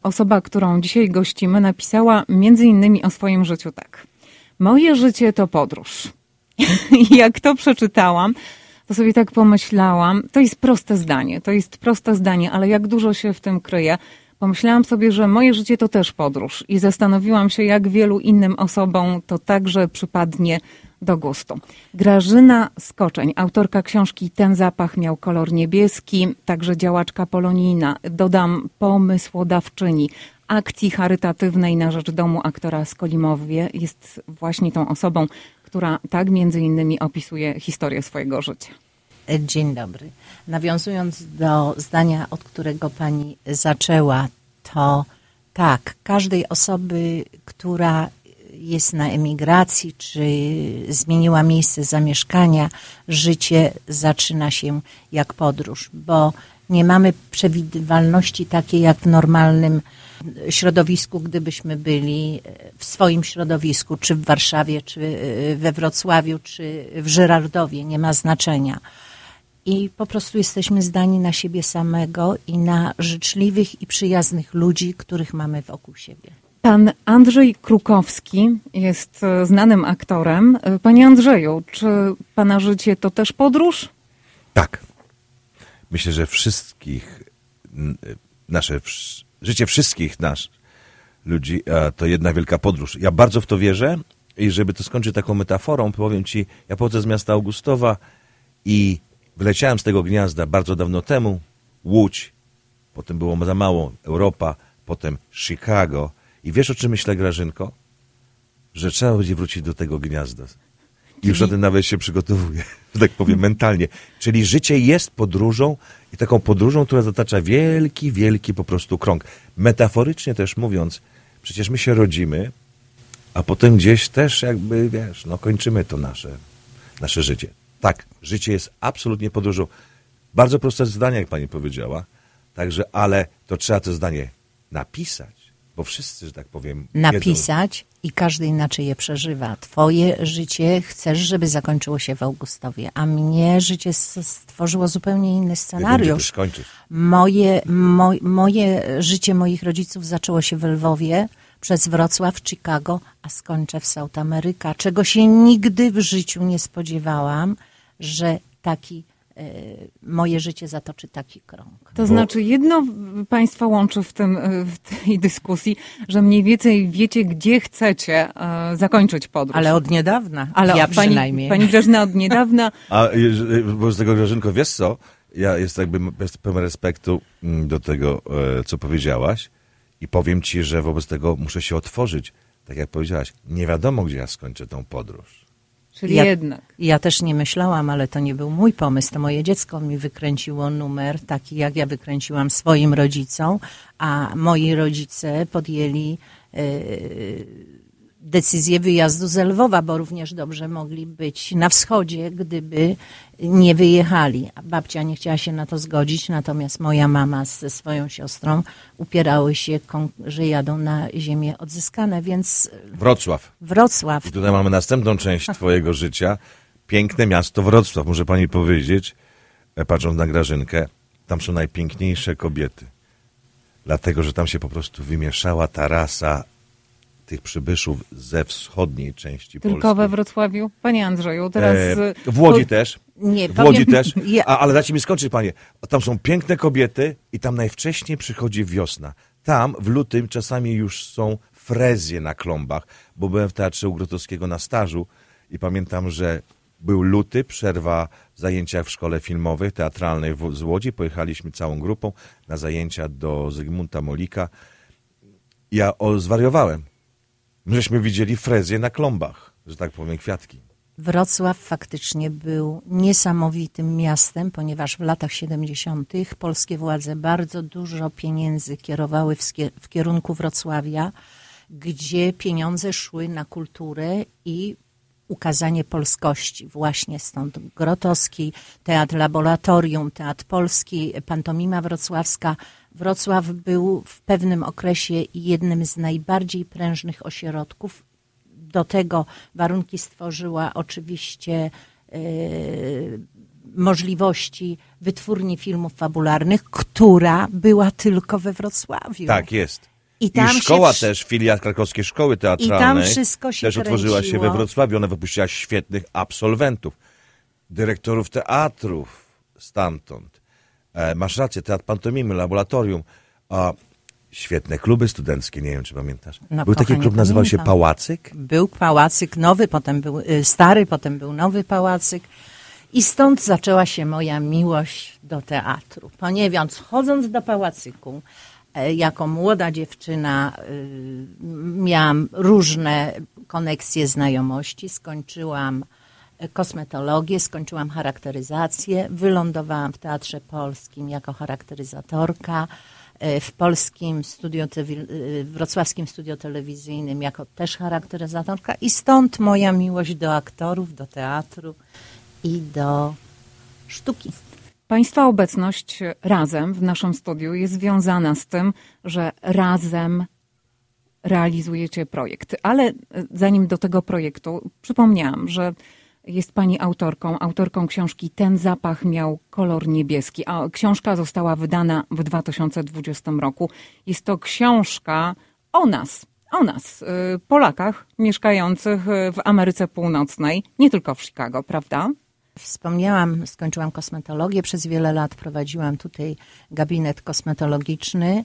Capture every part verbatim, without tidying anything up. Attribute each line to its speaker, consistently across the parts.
Speaker 1: osoba, którą dzisiaj gościmy, napisała między innymi o swoim życiu tak. Moje życie to podróż. I jak to przeczytałam, to sobie tak pomyślałam, to jest proste zdanie, to jest proste zdanie, ale jak dużo się w tym kryje. Pomyślałam sobie, że moje życie to też podróż i zastanowiłam się, jak wielu innym osobom to także przypadnie do gustu. Grażyna Skoczeń, autorka książki Ten zapach miał kolor niebieski, także działaczka polonijna, dodam pomysłodawczyni akcji charytatywnej na rzecz Domu Aktora Skolimowie, jest właśnie tą osobą, która tak między innymi opisuje historię swojego życia.
Speaker 2: Dzień dobry. Nawiązując do zdania, od którego pani zaczęła, to tak, każdej osoby, która jest na emigracji, czy zmieniła miejsce zamieszkania, życie zaczyna się jak podróż, bo nie mamy przewidywalności takiej jak w normalnym środowisku, gdybyśmy byli w swoim środowisku, czy w Warszawie, czy we Wrocławiu, czy w Żyrardowie, nie ma znaczenia. I po prostu jesteśmy zdani na siebie samego i na życzliwych i przyjaznych ludzi, których mamy wokół siebie.
Speaker 1: Pan Andrzej Krukowski jest znanym aktorem. Panie Andrzeju, czy pana życie to też podróż?
Speaker 3: Tak. Myślę, że wszystkich, nasze życie wszystkich nas, ludzi, to jedna wielka podróż. Ja bardzo w to wierzę i żeby to skończyć taką metaforą, powiem ci, ja pochodzę z miasta Augustowa i wyleciałem z tego gniazda bardzo dawno temu, Łódź, potem było za mało, Europa, potem Chicago. I wiesz, o czym myślę, Grażynko? Że trzeba będzie wrócić do tego gniazda. I już na tym nawet się przygotowuję, że tak powiem, mentalnie. Czyli życie jest podróżą i taką podróżą, która zatacza wielki, wielki po prostu krąg. Metaforycznie też mówiąc, przecież my się rodzimy, a potem gdzieś też jakby, wiesz, no kończymy to nasze, nasze życie. Tak, życie jest absolutnie podróżą. Bardzo proste zdanie, jak pani powiedziała. Także, ale to trzeba to zdanie napisać, bo wszyscy, że tak powiem...
Speaker 2: Napisać
Speaker 3: wiedzą.
Speaker 2: I każdy inaczej je przeżywa. Twoje życie chcesz, żeby zakończyło się w Augustowie, a mnie życie stworzyło zupełnie inny scenariusz. Moje, mo, moje życie moich rodziców zaczęło się w Lwowie, przez Wrocław, Chicago, a skończę w South America, czego się nigdy w życiu nie spodziewałam, że taki e, moje życie zatoczy taki krąg.
Speaker 1: To Bo... znaczy jedno państwa łączy w, tym, w tej dyskusji, że mniej więcej wiecie, gdzie chcecie e, zakończyć podróż.
Speaker 2: Ale od niedawna,
Speaker 1: Ale
Speaker 2: ja
Speaker 1: pani,
Speaker 2: przynajmniej.
Speaker 1: Pani Grażyna od niedawna.
Speaker 3: A bo z tego, Grażynko, wiesz co? Ja jest jakby bez pełen respektu do tego, co powiedziałaś. I powiem ci, że wobec tego muszę się otworzyć. Tak jak powiedziałaś, nie wiadomo, gdzie ja skończę tą podróż.
Speaker 1: Czyli
Speaker 2: ja,
Speaker 1: jednak.
Speaker 2: Ja też nie myślałam, ale to nie był mój pomysł. To moje dziecko mi wykręciło numer, taki jak ja wykręciłam swoim rodzicom, a moi rodzice podjęli yy, decyzję wyjazdu z Lwowa, bo również dobrze mogli być na wschodzie, gdyby nie wyjechali. Babcia nie chciała się na to zgodzić, natomiast moja mama ze swoją siostrą upierały się, że jadą na ziemię odzyskane, więc...
Speaker 3: Wrocław.
Speaker 2: Wrocław.
Speaker 3: I tutaj mamy następną część twojego życia. Piękne miasto Wrocław, może pani powiedzieć, patrząc na Grażynkę, tam są najpiękniejsze kobiety. Dlatego, że tam się po prostu wymieszała ta rasa tych przybyszów ze wschodniej części
Speaker 1: Tylko
Speaker 3: Polski.
Speaker 1: Tylko we Wrocławiu? Panie Andrzeju, teraz... E,
Speaker 3: w Łodzi po... też.
Speaker 2: Nie,
Speaker 3: w Łodzi
Speaker 2: powiem...
Speaker 3: też. A, ale dajcie mi skończyć, panie. Tam są piękne kobiety i tam najwcześniej przychodzi wiosna. Tam w lutym czasami już są frezje na klombach, bo byłem w Teatrze u Grotowskiego na stażu i pamiętam, że był luty, przerwa w zajęciach w szkole filmowej, teatralnej z Łodzi. Pojechaliśmy całą grupą na zajęcia do Zygmunta Molika. Ja o, zwariowałem. Żeśmy widzieli frezję na klombach, że tak powiem, kwiatki.
Speaker 2: Wrocław faktycznie był niesamowitym miastem, ponieważ w latach siedemdziesiątych polskie władze bardzo dużo pieniędzy kierowały w, w kierunku Wrocławia, gdzie pieniądze szły na kulturę i ukazanie polskości. Właśnie stąd Grotowski, Teatr Laboratorium, Teatr Polski, Pantomima Wrocławska. Wrocław był w pewnym okresie jednym z najbardziej prężnych ośrodków. Do tego warunki stworzyła oczywiście yy, możliwości wytwórni filmów fabularnych, która była tylko we Wrocławiu.
Speaker 3: Tak, jest.
Speaker 2: I, tam
Speaker 3: I szkoła
Speaker 2: się...
Speaker 3: też, filia krakowskiej szkoły teatralnej.
Speaker 2: I tam wszystko się
Speaker 3: też
Speaker 2: kręciło.
Speaker 3: otworzyła się we Wrocławiu. Ona wypuściła świetnych absolwentów, dyrektorów teatrów stamtąd. E, masz rację, teatr pantomimy, laboratorium. A świetne kluby studenckie, nie wiem, czy pamiętasz.
Speaker 2: No,
Speaker 3: był taki klub, nazywał się Pałacyk?
Speaker 2: Był Pałacyk nowy, potem był y, stary, potem był nowy Pałacyk. I stąd zaczęła się moja miłość do teatru. Ponieważ chodząc do Pałacyku, e, jako młoda dziewczyna y, miałam różne koneksje, znajomości. Skończyłam kosmetologię, skończyłam charakteryzację, wylądowałam w Teatrze Polskim jako charakteryzatorka, w polskim studio, wrocławskim studio telewizyjnym jako też charakteryzatorka i stąd moja miłość do aktorów, do teatru i do sztuki.
Speaker 1: Państwa obecność razem w naszym studiu jest związana z tym, że razem realizujecie projekt. Ale zanim do tego projektu, przypomniałam, że jest pani autorką, autorką książki Ten zapach miał kolor niebieski, a książka została wydana w dwa tysiące dwudziestym roku. Jest to książka o nas, o nas, Polakach mieszkających w Ameryce Północnej, nie tylko w Chicago, prawda?
Speaker 2: Wspomniałam, skończyłam kosmetologię, przez wiele lat prowadziłam tutaj gabinet kosmetologiczny,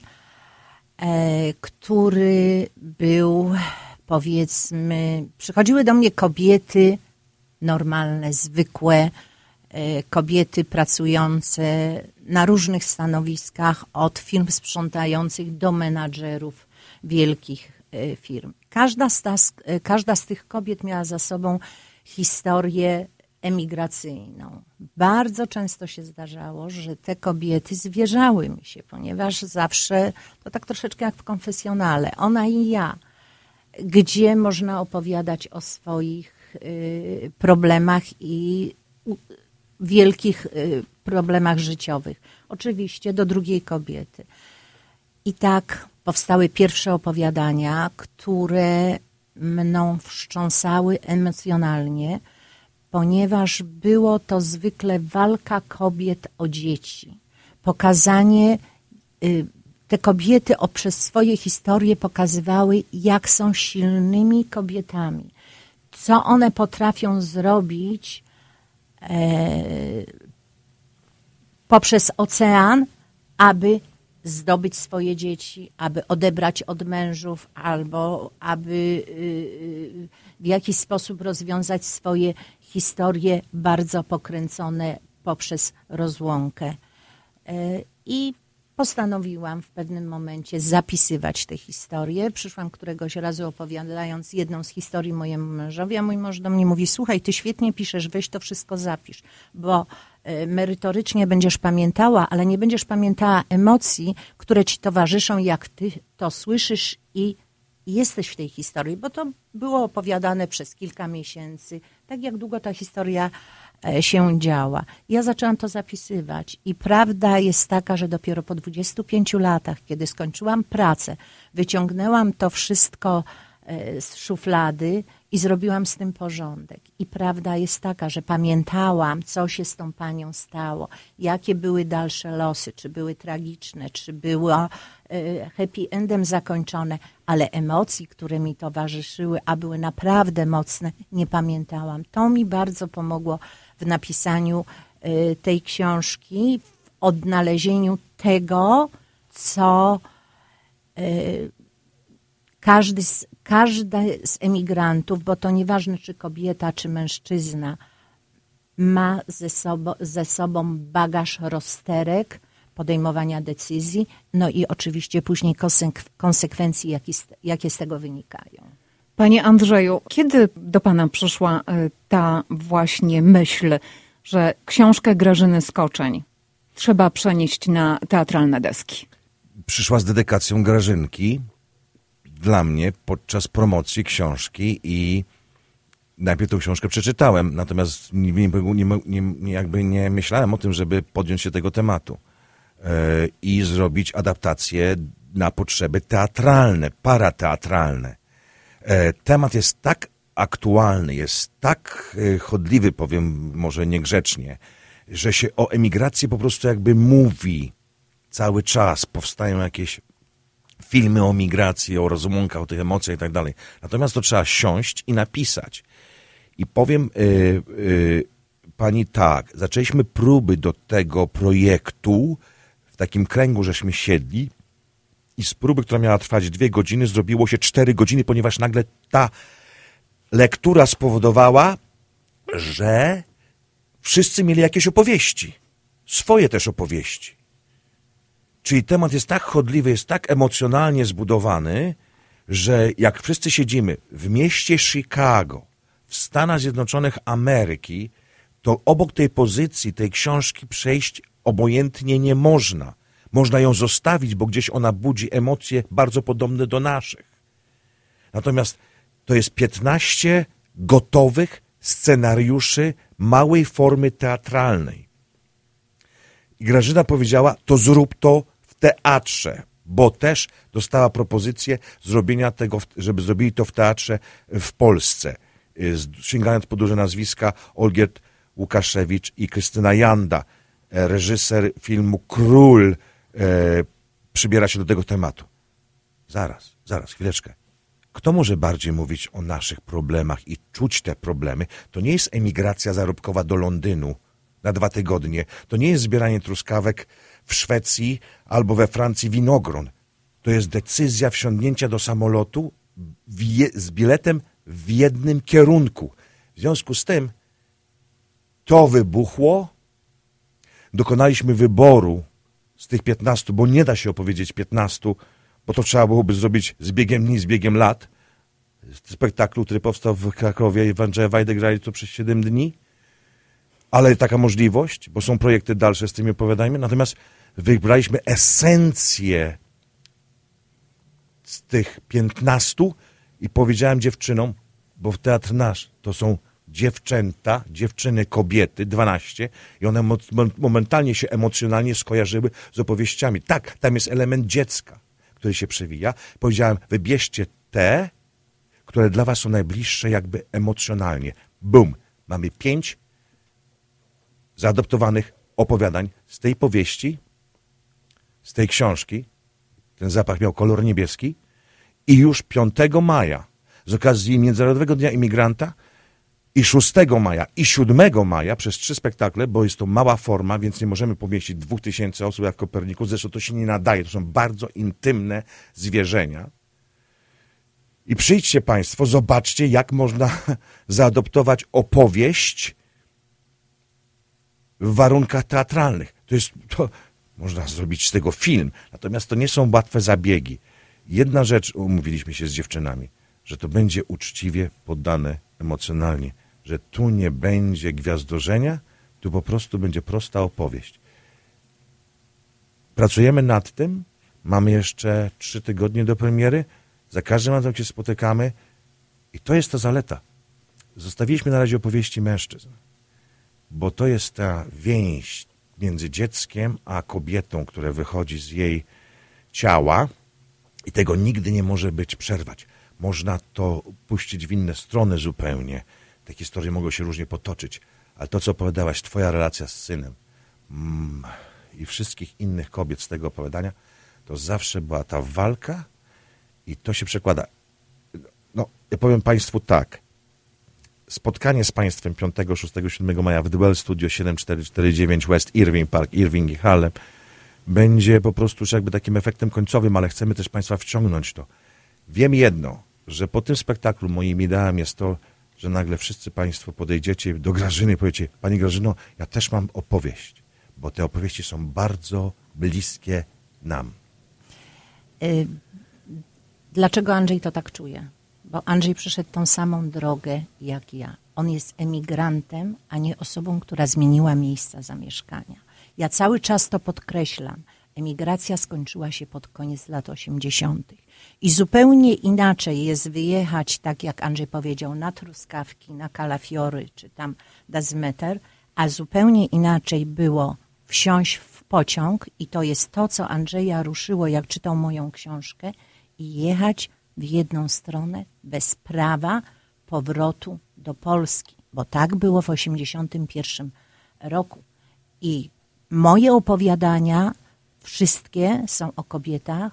Speaker 2: e, który był, powiedzmy, przychodziły do mnie kobiety normalne, zwykłe, e, kobiety pracujące na różnych stanowiskach, od firm sprzątających do menadżerów wielkich e, firm. Każda z, ta, e, każda z tych kobiet miała za sobą historię emigracyjną. Bardzo często się zdarzało, że te kobiety zwierzały mi się, ponieważ zawsze, to tak troszeczkę jak w konfesjonale, ona i ja, gdzie można opowiadać o swoich y, problemach i y, wielkich y, problemach życiowych. Oczywiście do drugiej kobiety. I tak powstały pierwsze opowiadania, które mną wstrząsały emocjonalnie, ponieważ było to zwykle walka kobiet o dzieci. Pokazanie, te kobiety przez swoje historie pokazywały, jak są silnymi kobietami. Co one potrafią zrobić e, poprzez ocean, aby zdobyć swoje dzieci, aby odebrać od mężów, albo aby w jakiś sposób rozwiązać swoje historie bardzo pokręcone poprzez rozłąkę. I postanowiłam w pewnym momencie zapisywać te historie. Przyszłam któregoś razu opowiadając jedną z historii mojemu mężowi, a mój mąż do mnie mówi: słuchaj, ty świetnie piszesz, weź to wszystko zapisz, bo merytorycznie będziesz pamiętała, ale nie będziesz pamiętała emocji, które ci towarzyszą, jak ty to słyszysz i jesteś w tej historii, bo to było opowiadane przez kilka miesięcy, tak jak długo ta historia się działa. Ja zaczęłam to zapisywać i prawda jest taka, że dopiero po dwudziestu pięciu latach, kiedy skończyłam pracę, wyciągnęłam to wszystko z szuflady i zrobiłam z tym porządek. I prawda jest taka, że pamiętałam, co się z tą panią stało, jakie były dalsze losy, czy były tragiczne, czy było happy endem zakończone, ale emocji, które mi towarzyszyły, a były naprawdę mocne, nie pamiętałam. To mi bardzo pomogło w napisaniu tej książki, w odnalezieniu tego, co każdy z, każda z emigrantów, bo to nieważne, czy kobieta, czy mężczyzna, ma ze sobą, ze sobą bagaż rozterek, podejmowania decyzji, no i oczywiście później konsekwencji, jakie, jakie z tego wynikają.
Speaker 1: Panie Andrzeju, kiedy do pana przyszła ta właśnie myśl, że książkę Grażyny Skoczeń trzeba przenieść na teatralne deski?
Speaker 3: Przyszła z dedykacją Grażynki dla mnie podczas promocji książki i najpierw tą książkę przeczytałem, natomiast nie, nie, nie, jakby nie myślałem o tym, żeby podjąć się tego tematu yy, i zrobić adaptację na potrzeby teatralne, parateatralne. Yy, temat jest tak aktualny, jest tak yy, chodliwy, powiem może niegrzecznie, że się o emigracji po prostu jakby mówi cały czas. Powstają jakieś filmy o migracji, o rozłąkach, o tych emocjach i tak dalej. Natomiast to trzeba siąść i napisać. I powiem yy, yy, pani tak, zaczęliśmy próby do tego projektu, w takim kręgu żeśmy siedli i z próby, która miała trwać dwie godziny, zrobiło się cztery godziny, ponieważ nagle ta lektura spowodowała, że wszyscy mieli jakieś opowieści. Swoje też opowieści. Czyli temat jest tak chodliwy, jest tak emocjonalnie zbudowany, że jak wszyscy siedzimy w mieście Chicago, w Stanach Zjednoczonych Ameryki, to obok tej pozycji, tej książki przejść obojętnie nie można. Można ją zostawić, bo gdzieś ona budzi emocje bardzo podobne do naszych. Natomiast to jest piętnaście gotowych scenariuszy małej formy teatralnej. I Grażyna powiedziała, to zrób to w teatrze, bo też dostała propozycję zrobienia tego, żeby zrobili to w teatrze w Polsce. Sięgając po duże nazwiska, Olgierd Łukaszewicz i Krystyna Janda, reżyser filmu Król, e, przybiera się do tego tematu. Zaraz, zaraz, chwileczkę. Kto może bardziej mówić o naszych problemach i czuć te problemy? To nie jest emigracja zarobkowa do Londynu na dwa tygodnie. To nie jest zbieranie truskawek w Szwecji albo we Francji winogron. To jest decyzja wsiądnięcia do samolotu je, z biletem w jednym kierunku. W związku z tym to wybuchło. Dokonaliśmy wyboru z tych piętnastu, bo nie da się opowiedzieć piętnastu, bo to trzeba byłoby zrobić z biegiem dni, z biegiem lat. Spektaklu, który powstał w Krakowie i w Andrzeja Wajdy grali to przez siedem dni. Ale taka możliwość, bo są projekty dalsze z tymi opowiadaniami. Natomiast wybraliśmy esencję z tych piętnastu i powiedziałem dziewczynom, bo w teatr nasz to są dziewczęta, dziewczyny, kobiety, dwanaście i one momentalnie się emocjonalnie skojarzyły z opowieściami. Tak, tam jest element dziecka, który się przewija. Powiedziałem, wybierzcie te, które dla was są najbliższe jakby emocjonalnie. Bum! Mamy pięć zaadoptowanych opowiadań z tej powieści, z tej książki. Ten zapach miał kolor niebieski. I już piątego maja, z okazji Międzynarodowego Dnia Imigranta, i szóstego maja, i siódmego maja, przez trzy spektakle, bo jest to mała forma, więc nie możemy pomieścić dwóch tysięcy osób jak w Koperniku. Zresztą to się nie nadaje. To są bardzo intymne zwierzenia. I przyjdźcie państwo, zobaczcie, jak można zaadoptować opowieść w warunkach teatralnych. To jest, to można zrobić z tego film. Natomiast to nie są łatwe zabiegi. Jedna rzecz, umówiliśmy się z dziewczynami, że to będzie uczciwie podane emocjonalnie, że tu nie będzie gwiazdorzenia, tu po prostu będzie prosta opowieść. Pracujemy nad tym, mamy jeszcze trzy tygodnie do premiery, za każdym razem się spotykamy i to jest ta zaleta. Zostawiliśmy na razie opowieści mężczyzn, bo to jest ta więź między dzieckiem a kobietą, która wychodzi z jej ciała i tego nigdy nie może być przerwać. Można to puścić w inne strony zupełnie. Te historie mogą się różnie potoczyć, ale to, co opowiadałaś, twoja relacja z synem mm, i wszystkich innych kobiet z tego opowiadania, to zawsze była ta walka i to się przekłada. No, ja powiem państwu tak. Spotkanie z państwem piątego, szóstego, siódmego maja w Duel Studio siedem cztery cztery dziewięć West Irving Park, Irving i Harlem będzie po prostu już jakby takim efektem końcowym, ale chcemy też państwa wciągnąć to. Wiem jedno, że po tym spektaklu moim ideałem jest to, że nagle wszyscy państwo podejdziecie do Grażyny i powiecie, pani Grażyno, ja też mam opowieść, bo te opowieści są bardzo bliskie nam.
Speaker 2: Dlaczego Andrzej to tak czuje? Bo Andrzej przeszedł tą samą drogę jak ja. On jest emigrantem, a nie osobą, która zmieniła miejsca zamieszkania. Ja cały czas to podkreślam. Emigracja skończyła się pod koniec lat osiemdziesiątych. I zupełnie inaczej jest wyjechać, tak jak Andrzej powiedział, na truskawki, na kalafiory, czy tam Dazmeter, a zupełnie inaczej było wsiąść w pociąg i to jest to, co Andrzeja ruszyło, jak czytał moją książkę, i jechać w jedną stronę bez prawa powrotu do Polski, bo tak było w osiemdziesiątym pierwszym roku. I moje opowiadania wszystkie są o kobietach,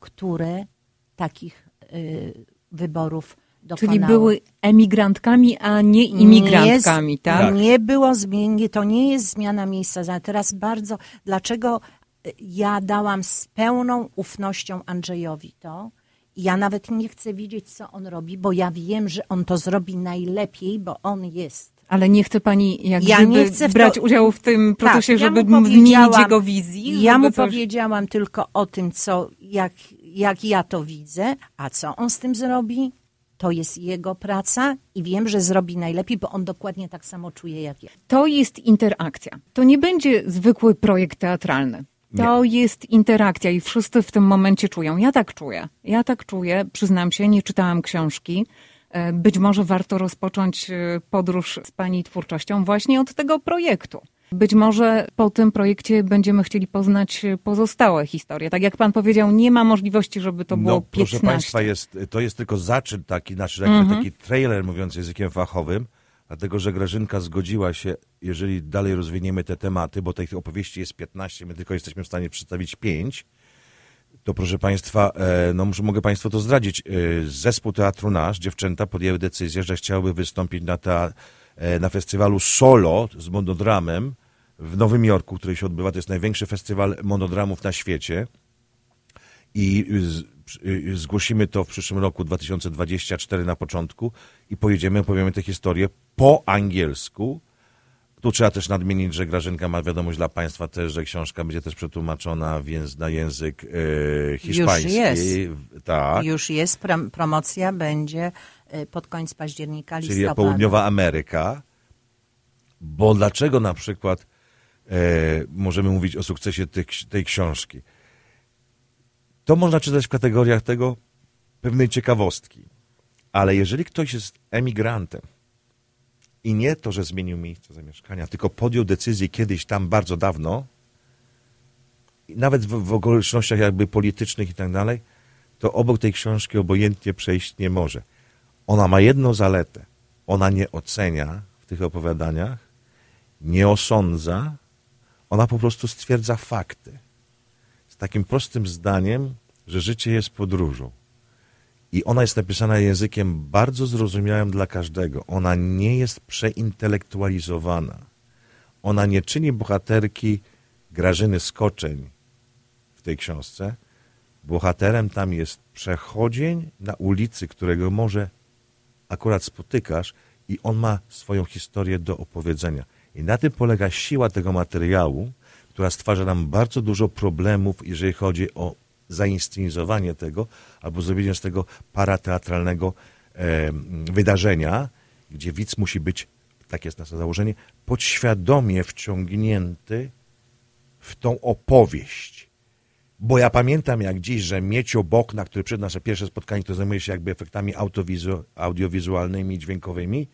Speaker 2: które takich y, wyborów dokonały.
Speaker 1: Czyli były emigrantkami, a nie imigrantkami,
Speaker 2: nie,
Speaker 1: tak?
Speaker 2: Nie było zmiany, to nie jest zmiana miejsca. Teraz bardzo, dlaczego ja dałam z pełną ufnością Andrzejowi to, ja nawet nie chcę wiedzieć, co on robi, bo ja wiem, że on to zrobi najlepiej, bo on jest.
Speaker 1: Ale nie chce pani jak
Speaker 2: ja
Speaker 1: gdyby
Speaker 2: nie chcę
Speaker 1: brać
Speaker 2: to...
Speaker 1: udziału w tym procesie,
Speaker 2: tak,
Speaker 1: żeby
Speaker 2: ja
Speaker 1: zmienić jego wizji?
Speaker 2: Ja mu
Speaker 1: coś...
Speaker 2: powiedziałam tylko o tym, co, jak, jak ja to widzę, a co on z tym zrobi, to jest jego praca i wiem, że zrobi najlepiej, bo on dokładnie tak samo czuje jak ja.
Speaker 1: To jest interakcja. To nie będzie zwykły projekt teatralny. To nie. jest interakcja i wszyscy w tym momencie czują. Ja tak czuję. Ja tak czuję, przyznam się, nie czytałam książki. Być może warto rozpocząć podróż z pani twórczością właśnie od tego projektu. Być może po tym projekcie będziemy chcieli poznać pozostałe historie. Tak jak pan powiedział, nie ma możliwości, żeby to było
Speaker 3: no,
Speaker 1: piętnaście.
Speaker 3: Proszę państwa, jest, to jest tylko zaczyn taki, znaczy jakby mm-hmm. taki trailer, mówiąc językiem fachowym, dlatego że Grażynka zgodziła się, jeżeli dalej rozwiniemy te tematy, bo tych opowieści jest piętnaście, my tylko jesteśmy w stanie przedstawić pięć, to proszę państwa, no muszę, mogę państwu to zdradzić. Zespół Teatru Nasz, dziewczęta podjęły decyzję, że chciałyby wystąpić na, te, na festiwalu solo z monodramem w Nowym Jorku, który się odbywa. To jest największy festiwal monodramów na świecie. I zgłosimy to w przyszłym roku, dwa tysiące dwudziestym czwartym na początku i pojedziemy, opowiemy tę historię po angielsku. Tu trzeba też nadmienić, że Grażynka ma wiadomość dla państwa też, że książka będzie też przetłumaczona więc na język e, hiszpański.
Speaker 2: Już jest.
Speaker 3: Tak.
Speaker 2: Już jest. Prom- promocja będzie pod koniec października, listopada.
Speaker 3: Czyli Południowa Ameryka. Bo dlaczego na przykład e, możemy mówić o sukcesie tej, tej książki? To można czytać w kategoriach tego pewnej ciekawostki. Ale jeżeli ktoś jest emigrantem i nie to, że zmienił miejsce zamieszkania, tylko podjął decyzję kiedyś tam bardzo dawno, nawet w, w okolicznościach jakby politycznych i tak dalej, to obok tej książki obojętnie przejść nie może. Ona ma jedną zaletę. Ona nie ocenia w tych opowiadaniach, nie osądza, ona po prostu stwierdza fakty. Z takim prostym zdaniem, że życie jest podróżą. I ona jest napisana językiem bardzo zrozumiałym dla każdego. Ona nie jest przeintelektualizowana. Ona nie czyni bohaterki Grażyny Skoczeń w tej książce. Bohaterem tam jest przechodzień na ulicy, którego może akurat spotykasz i on ma swoją historię do opowiedzenia. I na tym polega siła tego materiału, która stwarza nam bardzo dużo problemów, jeżeli chodzi o zainscenizowanie tego, albo zrobienie z tego parateatralnego e, wydarzenia, gdzie widz musi być, tak jest nasze założenie, podświadomie wciągnięty w tą opowieść. Bo ja pamiętam jak dziś, że Miecio Bokna, który przed nasze pierwsze spotkanie, to zajmuje się jakby efektami autowizu- audiowizualnymi i dźwiękowymi,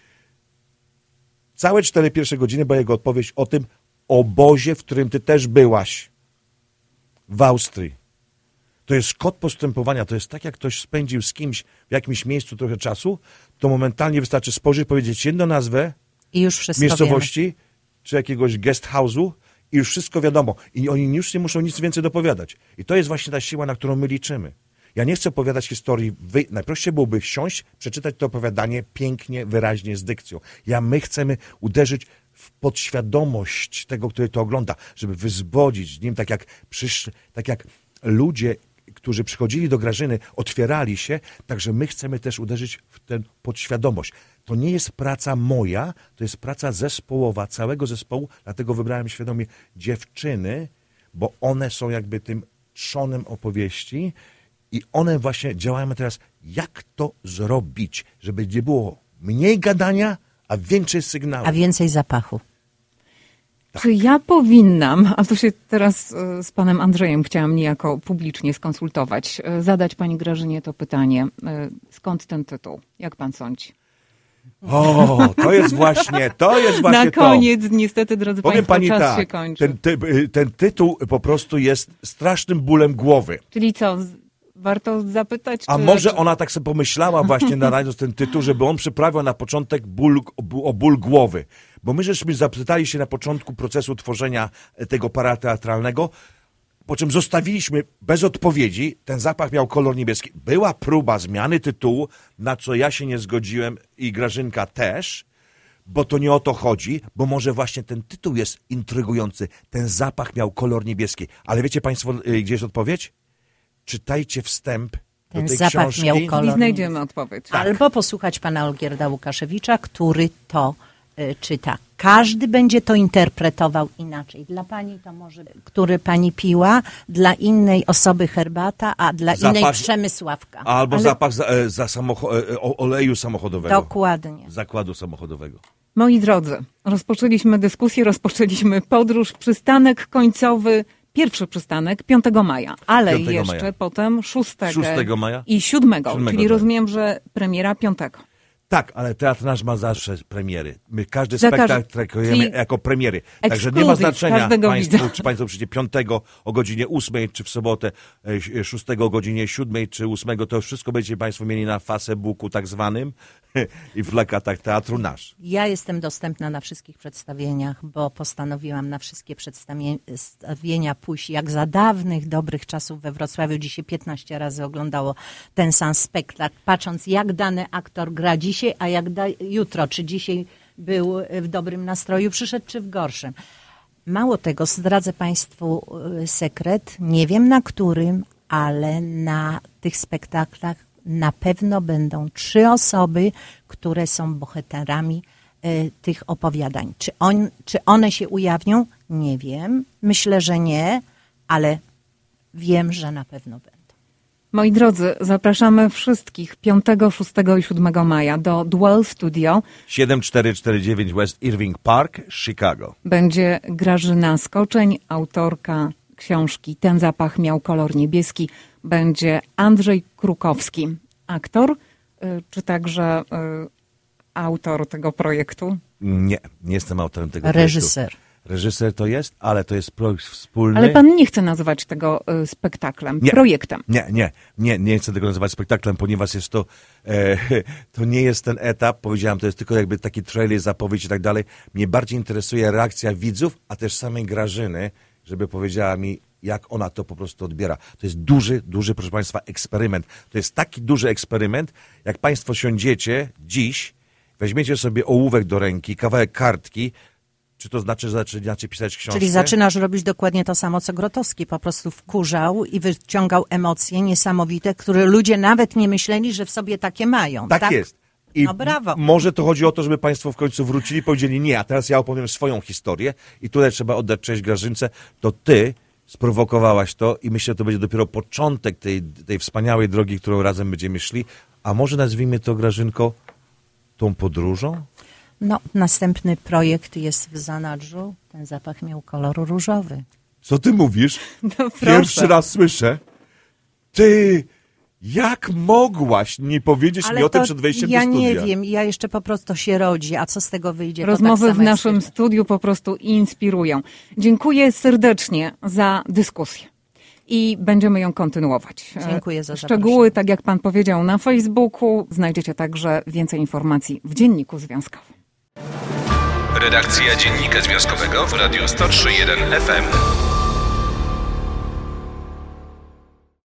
Speaker 3: całe cztery pierwsze godziny była jego odpowiedź o tym obozie, w którym ty też byłaś w Austrii. To jest kod postępowania, to jest tak, jak ktoś spędził z kimś w jakimś miejscu trochę czasu, to momentalnie wystarczy spojrzeć, powiedzieć jedną nazwę
Speaker 2: i już wszystko
Speaker 3: miejscowości,
Speaker 2: wiemy.
Speaker 3: Czy jakiegoś guest house'u i już wszystko wiadomo. I oni już nie muszą nic więcej dopowiadać. I to jest właśnie ta siła, na którą my liczymy. Ja nie chcę opowiadać historii, wy... najprościej byłoby wsiąść, przeczytać to opowiadanie pięknie, wyraźnie, z dykcją. Ja, my chcemy uderzyć w podświadomość tego, który to ogląda, żeby wyzwodzić nim, tak jak przyszli, tak jak ludzie, którzy przychodzili do Grażyny, otwierali się, także my chcemy też uderzyć w tę podświadomość. To nie jest praca moja, to jest praca zespołowa, całego zespołu, dlatego wybrałem świadomie dziewczyny, bo one są jakby tym trzonem opowieści i one właśnie działają teraz, jak to zrobić, żeby nie było mniej gadania, a więcej sygnału.
Speaker 2: A więcej zapachu.
Speaker 1: Tak. Czy ja powinnam, a tu się teraz z panem Andrzejem chciałam niejako publicznie skonsultować, zadać pani Grażynie to pytanie, skąd ten tytuł? Jak pan sądzi?
Speaker 3: O, to jest właśnie, to jest właśnie
Speaker 1: Na
Speaker 3: to.
Speaker 1: koniec, niestety, drodzy
Speaker 3: Powiem
Speaker 1: państwo,
Speaker 3: pani
Speaker 1: czas
Speaker 3: tak,
Speaker 1: się kończy.
Speaker 3: Ten, ty, ten tytuł po prostu jest strasznym bólem głowy.
Speaker 1: Czyli co, warto zapytać?
Speaker 3: A
Speaker 1: czy...
Speaker 3: może ona tak sobie pomyślała właśnie, nadając ten tytuł, żeby on przyprawiał na początek ból, o ból głowy. Bo my żeśmy zapytali się na początku procesu tworzenia tego parateatralnego, po czym zostawiliśmy bez odpowiedzi, ten zapach miał kolor niebieski. Była próba zmiany tytułu, na co ja się nie zgodziłem i Grażynka też, bo to nie o to chodzi, bo może właśnie ten tytuł jest intrygujący. Ten zapach miał kolor niebieski. Ale wiecie państwo, gdzie jest odpowiedź? Czytajcie wstęp
Speaker 2: Ten
Speaker 3: do tej
Speaker 2: zapach
Speaker 3: książki.
Speaker 2: miał kolor.
Speaker 1: I znajdziemy odpowiedź.
Speaker 3: Tak.
Speaker 2: Albo posłuchać pana Olgierda Łukaszewicza, który to y, czyta. Każdy będzie to interpretował inaczej. Dla pani to może, który pani piła, dla innej osoby herbata, a dla
Speaker 3: Zapach-
Speaker 2: innej Przemysławka.
Speaker 3: Albo
Speaker 2: Ale-
Speaker 3: zapach za, e, za samocho- e, o- oleju samochodowego.
Speaker 2: Dokładnie.
Speaker 3: Zakładu samochodowego.
Speaker 1: Moi drodzy, rozpoczęliśmy dyskusję, rozpoczęliśmy podróż, przystanek końcowy, pierwszy przystanek piątego maja, ale
Speaker 3: piątego
Speaker 1: jeszcze
Speaker 3: maja.
Speaker 1: potem szóstego,
Speaker 3: szóstego maja?
Speaker 1: i siódmego,
Speaker 3: siódmego,
Speaker 1: czyli
Speaker 3: tak.
Speaker 1: rozumiem, że premiera piątego.
Speaker 3: Tak, ale teatr nasz ma zawsze premiery. My każdy
Speaker 1: Za
Speaker 3: spektakl
Speaker 1: każdy-
Speaker 3: traktujemy
Speaker 1: czyli
Speaker 3: jako premiery. Także nie
Speaker 1: ekskluzyw
Speaker 3: ma znaczenia
Speaker 1: każdego
Speaker 3: państwu,
Speaker 1: widza.
Speaker 3: czy państwo przyjdzie piątego o godzinie ósmej, czy w sobotę e, szóstego o godzinie siódmej, czy ósmego. To wszystko będziecie państwo mieli na Facebooku tak zwanym i w plakatach Teatru Nasz.
Speaker 2: Ja jestem dostępna na wszystkich przedstawieniach, bo postanowiłam na wszystkie przedstawienia pójść jak za dawnych, dobrych czasów we Wrocławiu. Dzisiaj piętnaście razy oglądało ten sam spektakl, patrząc jak dany aktor gra dzisiaj, a jak da jutro. Czy dzisiaj był w dobrym nastroju, przyszedł, czy w gorszym. Mało tego, zdradzę państwu y, sekret, nie wiem na którym, ale na tych spektaklach na pewno będą trzy osoby, które są bohaterami y, tych opowiadań. Czy, on, czy one się ujawnią? Nie wiem. Myślę, że nie, ale wiem, że na pewno będą.
Speaker 1: Moi drodzy, zapraszamy wszystkich piątego, szóstego i siódmego maja do Dwell Studio.
Speaker 3: siedem cztery cztery dziewięć West Irving Park, Chicago.
Speaker 1: Będzie Grażyna Skoczeń, autorka książki Ten zapach miał kolor niebieski. Będzie Andrzej Krukowski, aktor, y, czy także y, autor tego projektu.
Speaker 3: Nie, nie jestem autorem tego
Speaker 2: Reżyser.
Speaker 3: projektu. Reżyser to jest, ale to jest projekt wspólny.
Speaker 1: Ale pan nie chce nazywać tego y, spektaklem,
Speaker 3: Nie.
Speaker 1: projektem.
Speaker 3: Nie, nie, nie, nie chcę tego nazywać spektaklem, ponieważ jest to, e, to nie jest ten etap, powiedziałem, to jest tylko jakby taki trailer, zapowiedź i tak dalej. Mnie bardziej interesuje reakcja widzów, a też samej Grażyny, żeby powiedziała mi, jak ona to po prostu odbiera. To jest duży, duży, proszę państwa, eksperyment. To jest taki duży eksperyment, jak państwo siądziecie dziś, weźmiecie sobie ołówek do ręki, kawałek kartki, czy to znaczy, że zaczynacie pisać książkę?
Speaker 2: Czyli zaczynasz robić dokładnie to samo, co Grotowski. Po prostu wkurzał i wyciągał emocje niesamowite, które ludzie nawet nie myśleli, że w sobie takie mają.
Speaker 3: Tak,
Speaker 2: Tak,
Speaker 3: jest. I
Speaker 2: No brawo.
Speaker 3: m- może to chodzi o to, żeby państwo w końcu wrócili i powiedzieli nie, a teraz ja opowiem swoją historię i tutaj trzeba oddać cześć Grażynce. To ty sprowokowałaś to i myślę, że to będzie dopiero początek tej, tej wspaniałej drogi, którą razem będziemy szli. A może nazwijmy to, Grażynko, tą podróżą?
Speaker 2: No, następny projekt jest w zanadrzu. Ten zapach miał kolor różowy.
Speaker 3: Co ty mówisz?
Speaker 1: No proszę.
Speaker 3: Pierwszy raz słyszę. Ty, jak mogłaś nie powiedzieć mi o tym przed wejściem
Speaker 2: ja
Speaker 3: do studia?
Speaker 2: nie wiem, ja jeszcze po prostu się rodzi, a co z tego wyjdzie? to
Speaker 1: Rozmowy
Speaker 2: tak
Speaker 1: w
Speaker 2: samo jak
Speaker 1: naszym
Speaker 2: zwykle.
Speaker 1: studiu po prostu inspirują. Dziękuję serdecznie za dyskusję i będziemy ją kontynuować.
Speaker 2: Dziękuję za
Speaker 1: Szczegóły,
Speaker 2: zaproszenie.
Speaker 1: tak jak pan powiedział, na Facebooku. Znajdziecie także więcej informacji w Dzienniku Związkowym.
Speaker 4: Redakcja Dziennika Związkowego w Radiu sto trzy jeden F M.